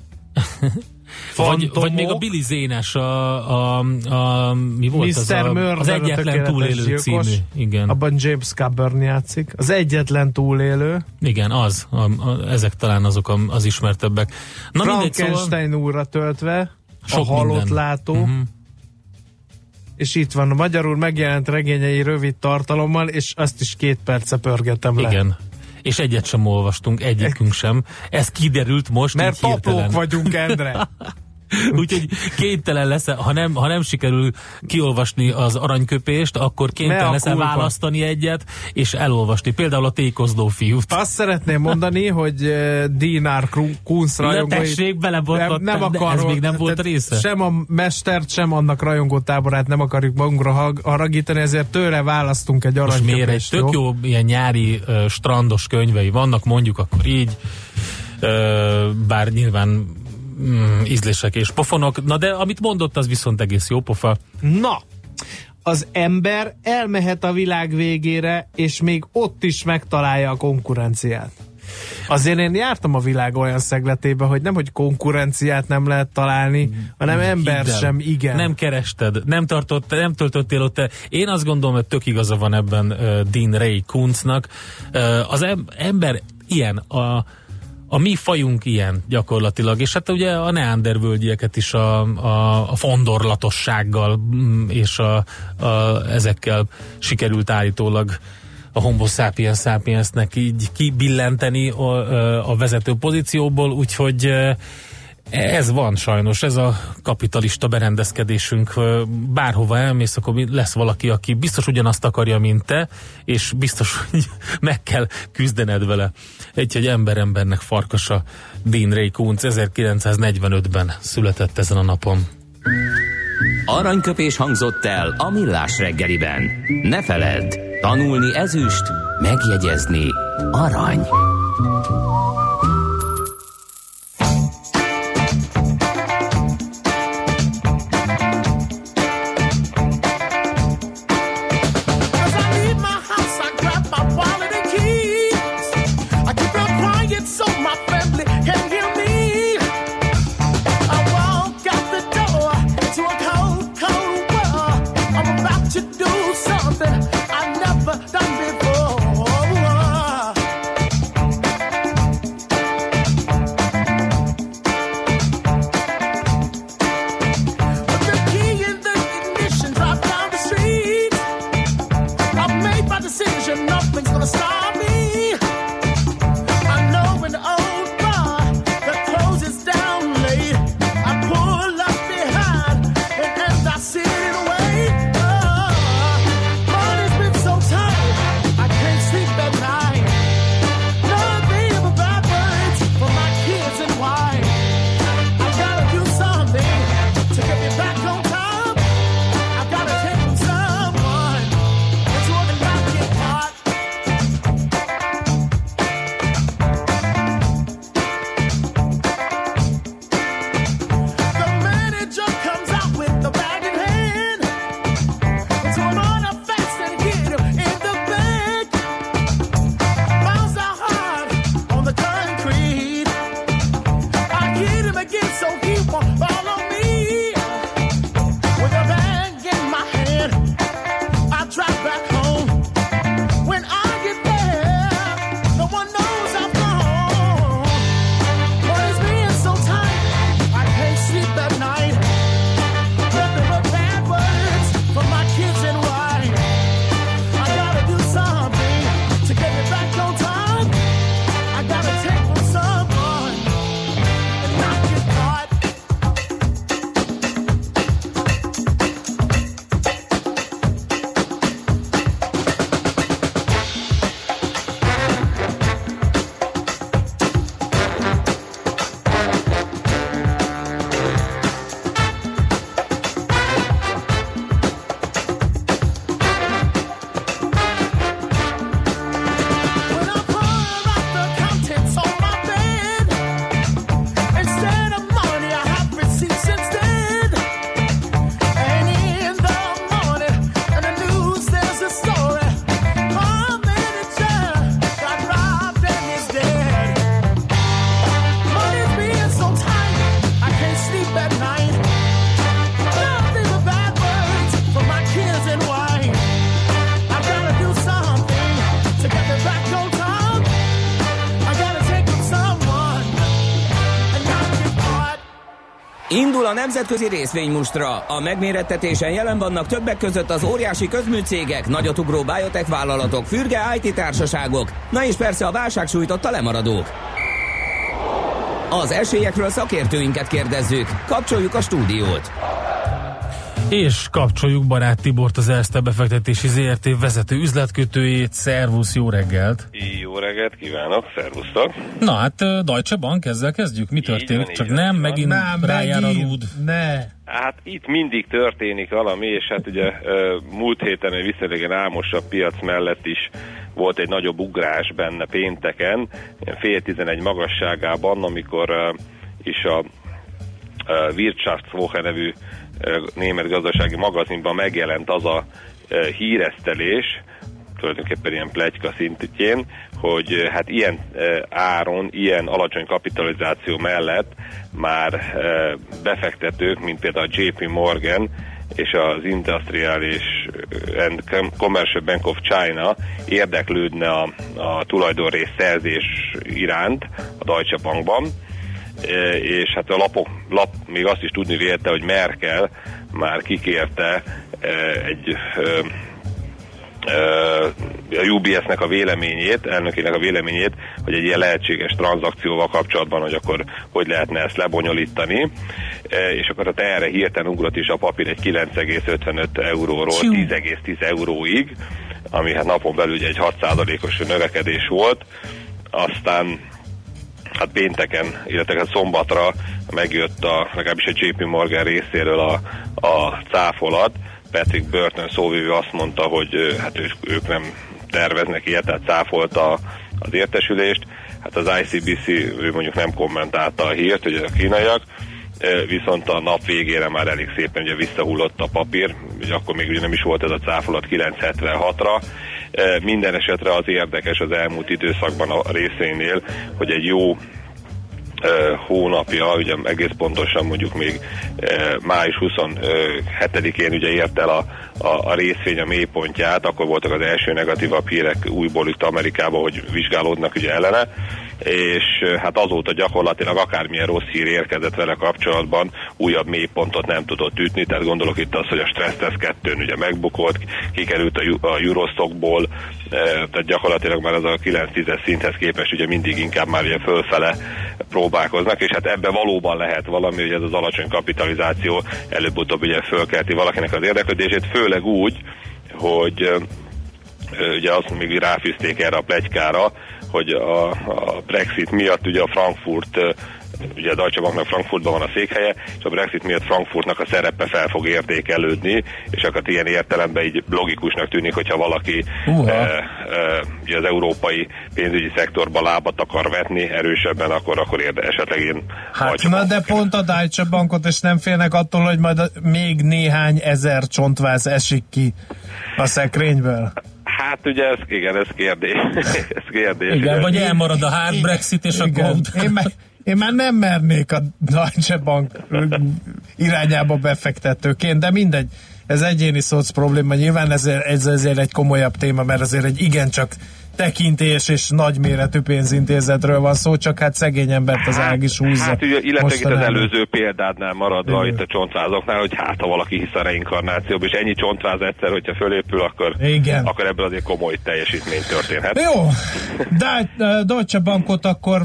vagy, vagy még a Billy Zénes, a, a, a mi volt miszter az a, az egyetlen túlélő gyilkos, című. Igen. Abban James Coburn játszik. Az egyetlen túlélő. Igen, az. A, a, ezek talán azok a, az ismertebbek. Na, Frankenstein szóval... úrra töltve, sok a halott minden. Látó. Uh-huh. És itt van a magyarul megjelent regényei rövid tartalommal, és azt is két perce pörgetem le. Igen. És egyet sem olvastunk, egyikünk sem. Ez kiderült most. Mert paplók vagyunk, Endre. Úgyhogy kénytelen leszel, ha nem, ha nem sikerül kiolvasni az aranyköpést, akkor kénytelen leszel választani egyet, és elolvasni. Például a Tékozló fiút. Azt szeretném mondani, hogy uh, Dinár Kunz rajongói... Tessék, belebotlottam, nem, nem akar, ez még nem volt a része. Sem a mestert, sem annak rajongó táborát nem akarjuk magunkra haragítani, ezért tőle választunk egy aranyköpést. Most miért? Egy tök jó ilyen nyári uh, strandos könyvei vannak, mondjuk akkor így, uh, bár nyilván Mm, ízlések és pofonok. Na de amit mondott, az viszont egész jó pofa. Na, az ember elmehet a világ végére, és még ott is megtalálja a konkurenciát. Azért én jártam a világ olyan szegletébe, hogy nem, hogy konkurenciát nem lehet találni, hanem ember Hiddel. sem, igen. Nem kerested, nem, tartott, nem töltöttél ott. Én azt gondolom, hogy tök igaza van ebben uh, Dean Ray Kuntznak. Uh, az em- ember ilyen, a A mi fajunk ilyen gyakorlatilag, és hát ugye a neandervölgyieket is a, a, a fondorlatossággal és a, a, ezekkel sikerült állítólag a Homo sapiens sapiensnek így kibillenteni a, a vezető pozícióból, úgyhogy ez van sajnos, ez a kapitalista berendezkedésünk. Bárhova elmész, akkor lesz valaki, aki biztos ugyanazt akarja, mint te, és biztos, hogy meg kell küzdened vele. Egy ember embernek farkasa. Dean Ray Kuntz ezerkilencszáznegyvenötben született ezen a napon. Aranyköpés hangzott el a Millás reggeliben. Ne feledd, tanulni ezüst, megjegyezni arany. Nothing's gonna stop me. I know an old bar Indul a nemzetközi részvénymustra. A megmérettetésen jelen vannak többek között az óriási közműcégek, nagyotugró biotech vállalatok, fürge i té társaságok, na és persze a válság sújtotta lemaradók. Az esélyekről szakértőinket kérdezzük. Kapcsoljuk a stúdiót. És kapcsoljuk Barát Tibort, az Erste befektetési zé er té vezető üzletkötőjét. Szervusz, jó reggelt! Jó reggelt kívánok, szervusztok! Na hát Deutsche Bank, ezzel kezdjük. Mi történik? Van, Csak nem, megint nem, rájár a rúd. Ne. Hát itt mindig történik valami, és hát ugye múlt héten egy viszonylag álmosabb piac mellett is volt egy nagyobb ugrás benne pénteken, fél tizenegy magasságában, amikor is a Wirtschaftswoche nevű német gazdasági magazinban megjelent az a híresztelés, tulajdonképpen ilyen pletyka szintjén, hogy hát ilyen áron, ilyen alacsony kapitalizáció mellett már befektetők, mint például a jé pé Morgan és az Industrial and Commercial Bank of China érdeklődne a, a tulajdonrész szerzés iránt a Deutsche Bankban, és hát a lapok, lap még azt is tudni vélte, hogy Merkel már kikérte egy a u bé es-nek a véleményét, elnökének a véleményét, hogy egy ilyen lehetséges tranzakcióval kapcsolatban, hogy akkor hogy lehetne ezt lebonyolítani, és akkor a erre hirtelen ugrott is a papír egy kilenc egész ötvenöt euróról tíz egész tíz euróig, ami hát napon belül ugye egy hat százalékos növekedés volt, aztán hát pénteken, illetve szombatra megjött a, legalábbis a jé pé Morgan részéről a, a cáfolat. Patrick Burton szóvivő azt mondta, hogy hát ők, ők nem terveznek ilyet, tehát cáfolta az értesülést. Hát az i cé bé cé ő mondjuk nem kommentálta a hírt, hogy a kínaiak, viszont a nap végére már elég szépen ugye visszahullott a papír, ugye akkor még ugye nem is volt ez a cáfolat kilenc hetvenhatra. Minden esetre az érdekes az elmúlt időszakban a részvénynél, hogy egy jó hónapja, ugye egész pontosan mondjuk még május huszonhetedikén ugye ért el a, a, a részvény a mélypontját, akkor voltak az első negatívabb hírek újból itt Amerikában, hogy vizsgálódnak ugye ellene, és hát azóta gyakorlatilag akármilyen rossz hír érkezett vele kapcsolatban, újabb mélypontot nem tudott ütni, tehát gondolok itt az, hogy a stressztesz kettőn ugye megbukott, kikerült a Eurostockból, tehát gyakorlatilag már az a kilenc tízes szinthez képest ugye mindig inkább már ugye fölfele próbálkoznak, és hát ebben valóban lehet valami, hogy ez az alacsony kapitalizáció előbb-utóbb ugye fölkelti valakinek az érdeklődését, főleg úgy, hogy ugye azt még ráfűzték erre a pletykára, hogy a, a Brexit miatt ugye a Frankfurt, ugye a Deutsche Banknak Frankfurtban van a székhelye, és a Brexit miatt Frankfurtnak a szerepe fel fog értékelődni, és akkor ilyen értelemben így logikusnak tűnik, hogyha valaki uh-huh. e, e, ugye az európai pénzügyi szektorba lábat akar vetni erősebben, akkor, akkor érde, esetleg én... Hát na de pont a Deutsche Bankot, és nem félnek attól, hogy majd még néhány ezer csontváz esik ki a szekrényből? Hát ugye ez, igen, ez kérdés. ez kérdés igen, ugye. Vagy elmarad a hard Brexit, és igen. Akkor utána... Én, me- én már nem mernék a Deutsche Bank irányába befektetőként, de mindegy, ez egyéni szoc probléma. Nyilván ez, ez ezért egy komolyabb téma, mert azért egy igencsak tekintés és nagyméretű pénzintézetről van szó, csak hát szegény embert az ág is húzza. Hát ugye, illetve itt az előző példádnál maradva igen. Itt a csontvázoknál, hogy hát ha valaki hisz a reinkarnációban, és ennyi csonttváz egyszer, hogyha fölépül, akkor, akkor ebből azért komoly teljesítmény történhet. Jó, de Deutsche Bankot akkor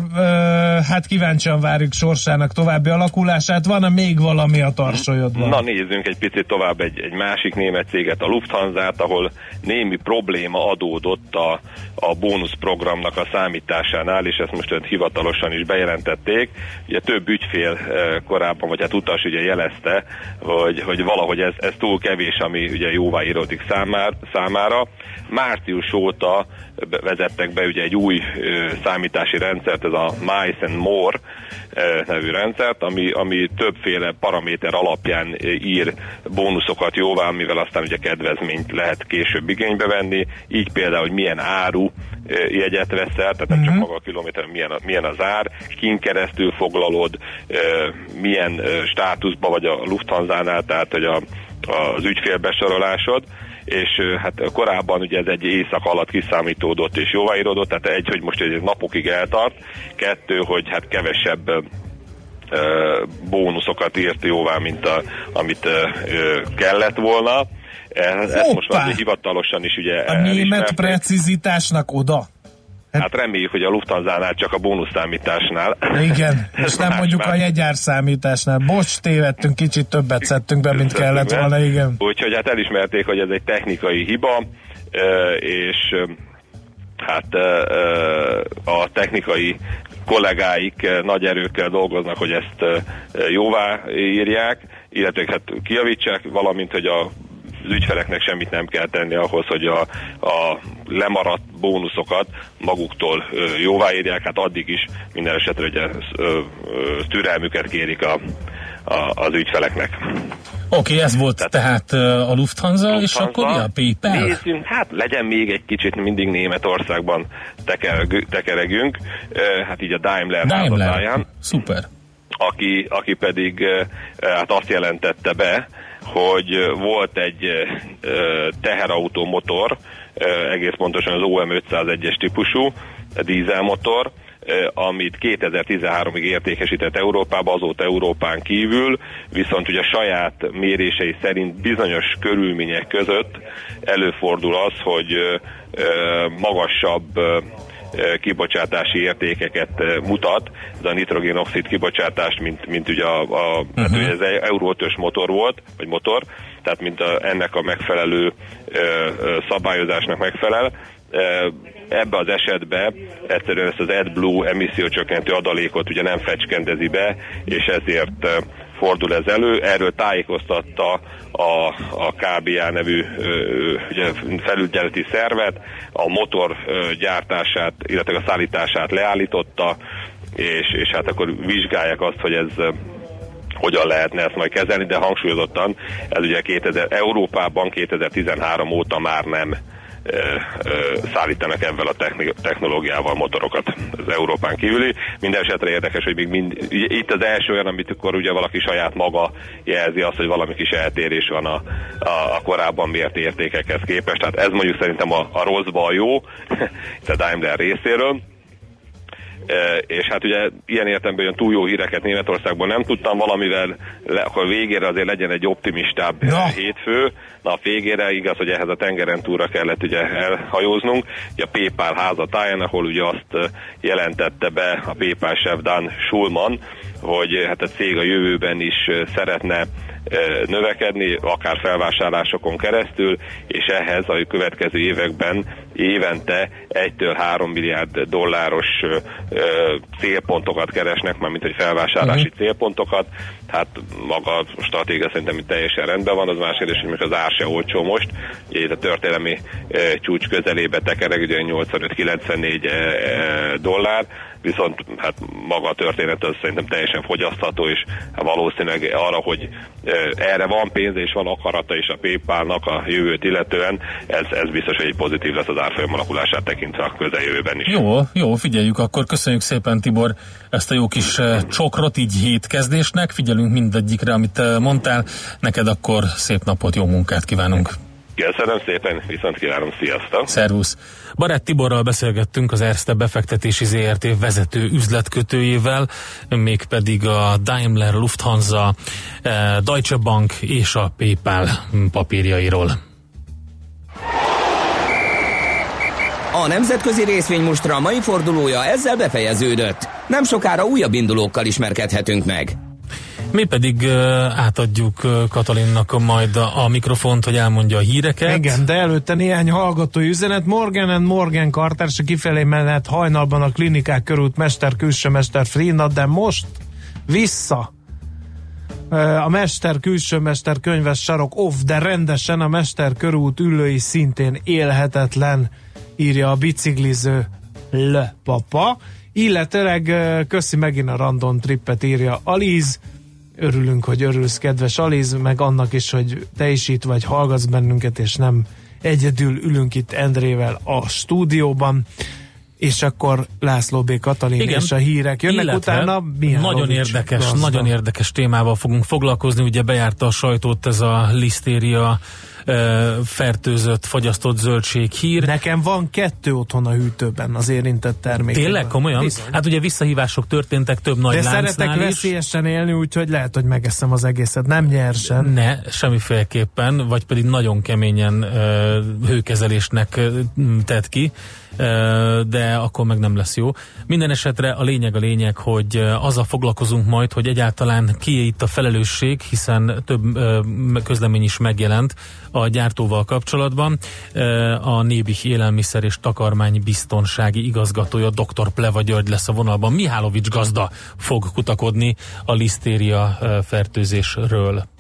hát kíváncsian várjuk sorsának további alakulását. Van-e még valami a tarsolyodban? Na nézzünk egy picit tovább egy, egy másik német céget, a Lufthansa-t, ahol némi probléma adódott a a bónuszprogramnak a számításánál, és ezt most hivatalosan is bejelentették. Ugye több ügyfél korábban, vagy hát utas ugye jelezte, hogy, hogy valahogy ez, ez túl kevés, ami ugye jóváíródik számár, számára. Március óta vezettek be ugye egy új számítási rendszert, ez a Mice and More nevű rendszert, ami, ami többféle paraméter alapján ír bónuszokat jóvá, mivel aztán ugye kedvezményt lehet később igénybe venni, így például, hogy milyen áru jegyet veszel, tehát nem csak maga a kilométer, milyen, milyen az ár, kin keresztül foglalod, milyen státuszban vagy a Lufthansa-nál, tehát hogy a, az ügyfélbesorolásod, és hát korábban ugye ez egy éjszak alatt kiszámítódott és jóváíródott, tehát egy, hogy most egy napokig eltart, kettő, hogy hát kevesebb bónuszokat írt jóvá, mint a, amit kellett volna. Ezt most már hivatalosan is ugye a német precizitásnak oda. Hát reméljük, hogy a Lufthansa-nál csak a bónuszszámításnál. Igen, és nem mondjuk a jegyárszámításnál. Bocs, tévedtünk, kicsit többet szedtünk be, mint kellett volna, igen. Úgyhogy hát elismerték, hogy ez egy technikai hiba, és hát a technikai kollégáik nagy erőkkel dolgoznak, hogy ezt jóvá írják, illetve hát kijavítsák, valamint, hogy a az ügyfeleknek semmit nem kell tenni ahhoz, hogy a, a lemaradt bónuszokat maguktól ö, jóváírják, hát addig is minden esetre ugye ö, ö, türelmüket kérik a, a, az ügyfeleknek. Oké, okay, ez volt tehát, tehát a Lufthansa, Lufthansa, és akkor mi a PayPal? Nézzünk, hát legyen még egy kicsit, mindig Németországban tekereg, tekeregünk, hát így a Daimler, Daimler. házatáján. Szuper. Aki, aki pedig hát azt jelentette be, hogy volt egy teherautó motor, egész pontosan az O M ötszázegyes típusú dízelmotor, amit kétezer-tizenháromig értékesített Európába, azóta Európán kívül, viszont ugye saját mérései szerint bizonyos körülmények között előfordul az, hogy magasabb kibocsátási értékeket mutat, ez a nitrogénoxid kibocsátást, mint, mint ugye a, a uh-huh. hát, ez egy Euró ötös motor volt, vagy motor, tehát mint a, ennek a megfelelő ö, ö, szabályozásnak megfelel. Ebbe az esetben egyszerűen ezt az AdBlue emissziócsökkentő adalékot ugye nem fecskendezi be, és ezért fordul ez elő. Erről tájékoztatta a, a ká bé á nevű ugye, felügyeleti szervet, a motor gyártását, illetve a szállítását leállította, és, és hát akkor vizsgálják azt, hogy ez hogyan lehetne ezt majd kezelni, de hangsúlyozottan ez ugye kétezer, Európában kétezer-tizenhárom óta már nem Ö, ö, szállítanak ebben a technológiával motorokat az Európán kívüli. Minden esetre érdekes, hogy még mind, itt az első olyan, amit akkor ugye valaki saját maga jelzi azt, hogy valami kis eltérés van a, a, a korábban mért értékekhez képest. Tehát ez mondjuk szerintem a, a rosszba a jó, itt a Daimler részéről. E, és hát ugye ilyen értelemben olyan túl jó híreket Németországban nem tudtam, valamivel le, akkor végére azért legyen egy optimistább ja. hétfő. Na a végére igaz, hogy ehhez a tengeren túlra kellett ugye elhajóznunk. Ugye a PayPal házatáján, ahol ugye azt jelentette be a PayPal chef Dan Schulman, hogy hát a cég a jövőben is szeretne növekedni, akár felvásárlásokon keresztül, és ehhez a következő években évente egytől három milliárd dolláros célpontokat keresnek, már mint hogy felvásárlási uh-huh. célpontokat. Hát maga a stratégia szerintem itt teljesen rendben van, az más kérdés, hogy most az ár se olcsó most, ugye a történelmi csúcs közelébe tekereg, ugye nyolcvanöt-kilencvennégy dollár, viszont hát maga a történet az szerintem teljesen fogyasztható, és valószínűleg arra, hogy erre van pénze és van akarata is a PayPal-nak a jövőt illetően, ez, ez biztos, hogy egy pozitív lesz az árfolyam alakulását tekintve a közeljövőben is. Jó, jó, figyeljük akkor. Köszönjük szépen, Tibor, ezt a jó kis csokrot így hétkezdésnek. Figyelünk mindegyikre, amit mondtál. Neked akkor szép napot, jó munkát kívánunk. Köszönöm szépen, viszont kívánom, sziasztok! Szervusz! Barát Tiborral beszélgettünk, az Erste befektetési zé er té vezető üzletkötőjével, mégpedig a Daimler, Lufthansa, Deutsche Bank és a PayPal papírjairól. A nemzetközi részvénymustra mai fordulója ezzel befejeződött. Nem sokára újabb indulókkal ismerkedhetünk meg. Mi pedig uh, átadjuk uh, Katalinnak majd a, a mikrofont, hogy elmondja a híreket. Igen, de előtte néhány hallgatói üzenet. Morgan and Morgan kartársa kifelé menet hajnalban a klinikák körút mester, külső mester Frina, de most vissza. Uh, a mester, külső mester könyves sarok off, de rendesen a mester körút ülői szintén élhetetlen, írja a bicikliző L papa. Illetőleg uh, köszi megint a random trippet, írja Aliz. Örülünk, hogy örülsz, kedves Aliz, meg annak is, hogy te is itt vagy, hallgatsz bennünket, és nem egyedül ülünk itt Endrével a stúdióban. és akkor László B. Katalin igen, és a hírek jönnek, illetve utána Mihálovics nagyon érdekes, gazda. nagyon érdekes témával fogunk foglalkozni, ugye bejárta a sajtót ez a lisztéria fertőzött, fagyasztott zöldség hír. Nekem van kettő otthon a hűtőben az érintett termékekben. Tényleg? Komolyan? Bizony. Hát ugye visszahívások történtek több nagy de láncnál szeretek is. veszélyesen élni, úgyhogy lehet, hogy megeszem az egészet. Nem nyersen. Ne, semmiféleképpen, vagy pedig nagyon keményen uh, hőkezelésnek uh, tett ki, uh, de akkor meg nem lesz jó. Minden esetre a lényeg a lényeg, hogy uh, azzal foglalkozunk majd, hogy egyáltalán kié itt a felelősség, hiszen több uh, közlemény is megjelent a gyártóval kapcsolatban. A Nébih élelmiszer és takarmány biztonsági igazgatója doktor Pleva György lesz a vonalban. Mihálovics gazda fog kutakodni a lisztéria fertőzésről.